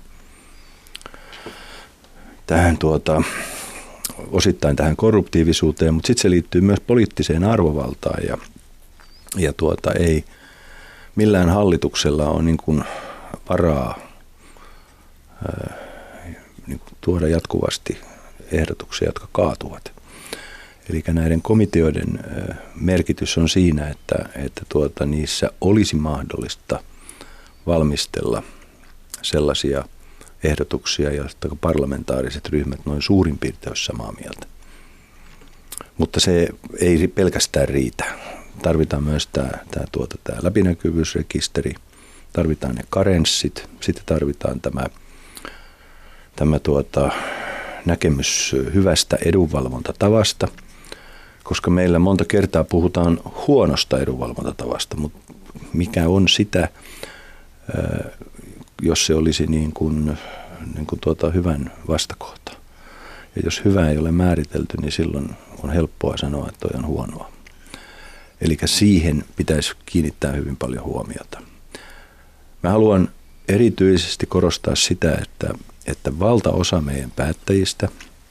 tähän tuota, osittain tähän korruptiivisuuteen, mutta sitten se liittyy myös poliittiseen arvovaltaan ja, ja tuota, ei millään hallituksella ole niin kuin varaa ää, niin kuin tuoda jatkuvasti ehdotuksia, jotka kaatuvat. Eli näiden komiteoiden ää, merkitys on siinä, että, että tuota, niissä olisi mahdollista valmistella sellaisia ehdotuksia, joista parlamentaariset ryhmät noin suurin piirtein olisi samaa mieltä. Mutta se ei pelkästään riitä. Tarvitaan myös tämä, tämä, tuota, tämä läpinäkyvyysrekisteri, tarvitaan ne karenssit, sitten tarvitaan tämä, tämä tuota, näkemys hyvästä edunvalvontatavasta, koska meillä monta kertaa puhutaan huonosta edunvalvontatavasta, mutta mikä on sitä, jos se olisi niin kuin, niin kuin tuota hyvän vastakohta. Ja jos hyvä ei ole määritelty, niin silloin on helppoa sanoa, että toi on huonoa. Eli siihen pitäisi kiinnittää hyvin paljon huomiota. Mä haluan erityisesti korostaa sitä, että, että valtaosa meidän päättäjistä,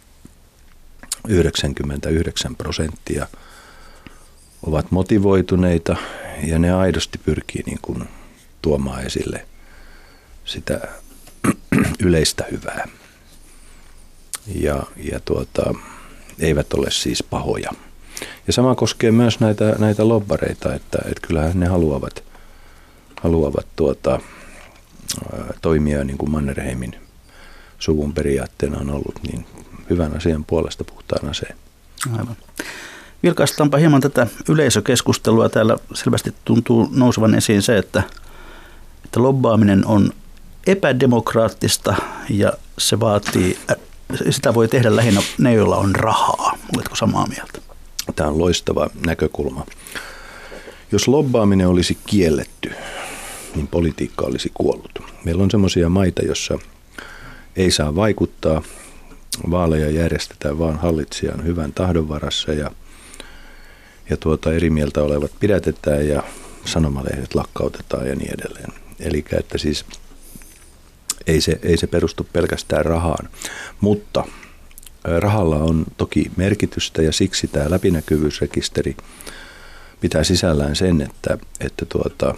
yhdeksänkymmentäyhdeksän prosenttia, ovat motivoituneita ja ne aidosti pyrkii niin kuin tuomaan esille sitä yleistä hyvää. Ja, ja tuota, eivät ole siis pahoja. Ja sama koskee myös näitä, näitä lobbareita, että, että kyllähän ne haluavat, haluavat tuota, toimia niin kuin Mannerheimin suvun periaatteena on ollut, niin hyvän asian puolesta puhtaan aseen. Aivan. Vilkaistaanpa hieman tätä yleisökeskustelua. Täällä selvästi tuntuu nousevan esiin se, että, että lobbaaminen on epädemokraattista ja se vaatii, sitä voi tehdä lähinnä ne, joilla on rahaa. Oletko samaa mieltä? Tämä on loistava näkökulma. Jos lobbaaminen olisi kielletty, niin politiikka olisi kuollut. Meillä on semmoisia maita, jossa ei saa vaikuttaa. Vaaleja järjestetään vaan hallitsijan hyvän tahdon varassa ja, ja tuota eri mieltä olevat pidätetään ja sanomalehdet lakkautetaan ja niin edelleen. Eli että siis ei se, ei se perustu pelkästään rahaan, mutta rahalla on toki merkitystä ja siksi tämä läpinäkyvyysrekisteri pitää sisällään sen, että, että tuota,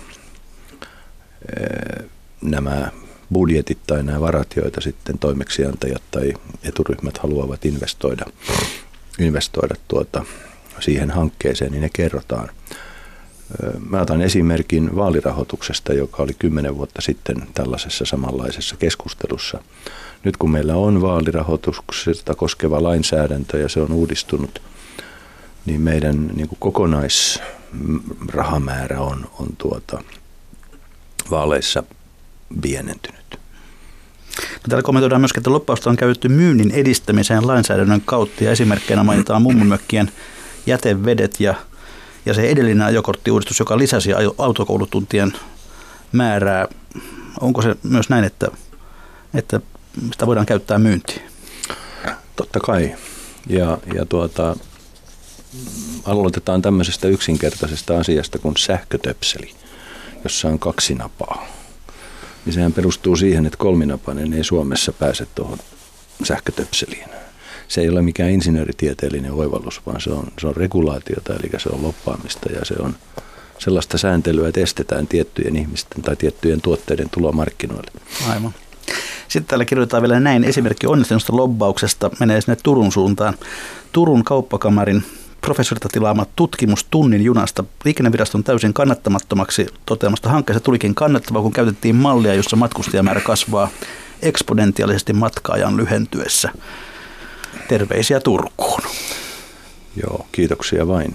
nämä budjetit tai nämä varat, joita sitten toimeksiantajat tai eturyhmät haluavat investoida, investoida tuota, siihen hankkeeseen, niin ne kerrotaan Mä otan esimerkin vaalirahoituksesta, joka oli kymmenen vuotta sitten tällaisessa samanlaisessa keskustelussa. Nyt kun meillä on vaalirahoituksesta koskeva lainsäädäntö ja se on uudistunut, niin meidän niin kuin kokonaisrahamäärä on, on tuota, vaaleissa pienentynyt. No, täällä kommentoidaan myöskin, että lobbausta on käytetty myynnin edistämiseen lainsäädännön kautta ja esimerkkeinä mainitaan mummumökkien jätevedet ja, ja se edellinen ajokorttiuudistus, joka lisäsi autokoulutuntien määrää. Onko se myös näin, että, että sitä voidaan käyttää myyntiin? Totta kai. Ja, ja tuota, aloitetaan tämmöisestä yksinkertaisesta asiasta kuin sähkötöpseli, jossa on kaksi napaa. Niin sehän perustuu siihen, että kolminapainen ei Suomessa pääse tuohon sähkötöpseliin. Se ei ole mikään insinööritieteellinen oivallus, vaan se on, se on regulaatiota, eli se on lobbaamista ja se on sellaista sääntelyä, että estetään tiettyjen ihmisten tai tiettyjen tuotteiden tuloa markkinoille. Aivan. Sitten täällä kirjoitetaan vielä näin, esimerkki onnistuneesta lobbauksesta menee sinne Turun suuntaan. Turun kauppakamarin professorilta tilaama tutkimus tunnin junasta liikenneviraston täysin kannattamattomaksi toteamasta hankkeesta tulikin kannattavaa, kun käytettiin mallia, jossa matkustajamäärä kasvaa eksponentiaalisesti matka-ajan lyhentyessä. Terveisiä Turkuun. Joo, kiitoksia vain.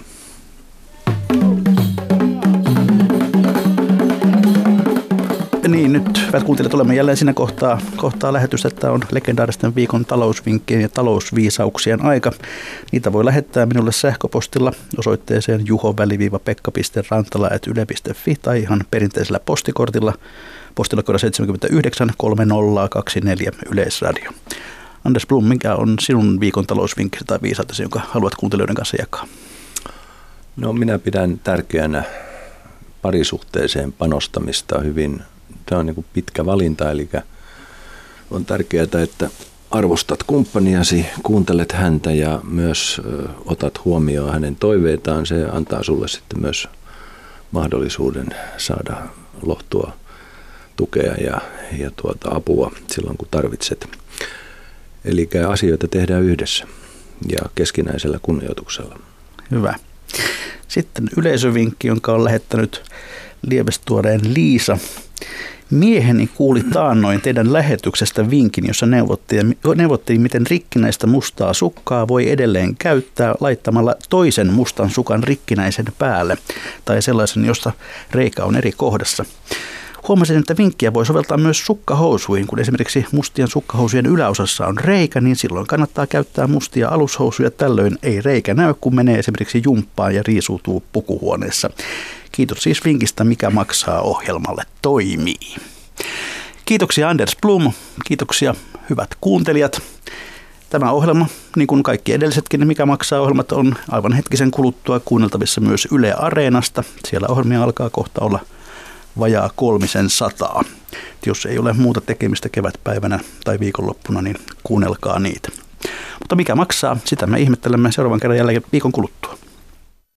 Niin, nyt hyvät kuuntelijat, olemme jälleen siinä kohtaa, kohtaa lähetystä, että on legendaaristen viikon talousvinkkien ja talousviisauksien aika. Niitä voi lähettää minulle sähköpostilla osoitteeseen juho-pekka piste rantala ät yle piste fi tai ihan perinteisellä postikortilla postilakoida seitsemänkymmentäyhdeksän kolme nolla kaksi neljä Yleisradio. Anders Blom, mikä on sinun viikon talousvinkkisi tai viisautesi, jonka haluat kuuntelijoiden kanssa jakaa? No, minä pidän tärkeänä parisuhteeseen panostamista hyvin. Tämä on niin kuin pitkä valinta, eli on tärkeää, että arvostat kumppaniasi, kuuntelet häntä ja myös otat huomioon hänen toiveitaan. Se antaa sulle sitten myös mahdollisuuden saada lohtua, tukea ja, ja tuota apua silloin, kun tarvitset. Eli asioita tehdään yhdessä ja keskinäisellä kunnioituksella. Hyvä. Sitten yleisövinkki, jonka on lähettänyt Lievestuoreen Liisa. Mieheni kuuli taannoin teidän lähetyksestä vinkin, jossa neuvottiin, neuvottiin, miten rikkinäistä mustaa sukkaa voi edelleen käyttää laittamalla toisen mustan sukan rikkinäisen päälle tai sellaisen, josta reikä on eri kohdassa. Huomasin, että vinkkiä voi soveltaa myös sukkahousuihin. Kun esimerkiksi mustien sukkahousujen yläosassa on reikä, niin silloin kannattaa käyttää mustia alushousuja. Tällöin ei reikä näy, kun menee esimerkiksi jumppaan ja riisuutuu pukuhuoneessa. Kiitos siis vinkistä, mikä maksaa ohjelmalle toimii. Kiitoksia Anders Blom, kiitoksia hyvät kuuntelijat. Tämä ohjelma, niin kuin kaikki edellisetkin, mikä maksaa ohjelmat, on aivan hetkisen kuluttua kuunneltavissa myös Yle Areenasta. Siellä ohjelmia alkaa kohta olla vajaa kolmisen sataa. Jos ei ole muuta tekemistä kevätpäivänä tai viikonloppuna, niin kuunnelkaa niitä. Mutta mikä maksaa, sitä me ihmettelemme seuraavan kerran jälleen viikon kuluttua.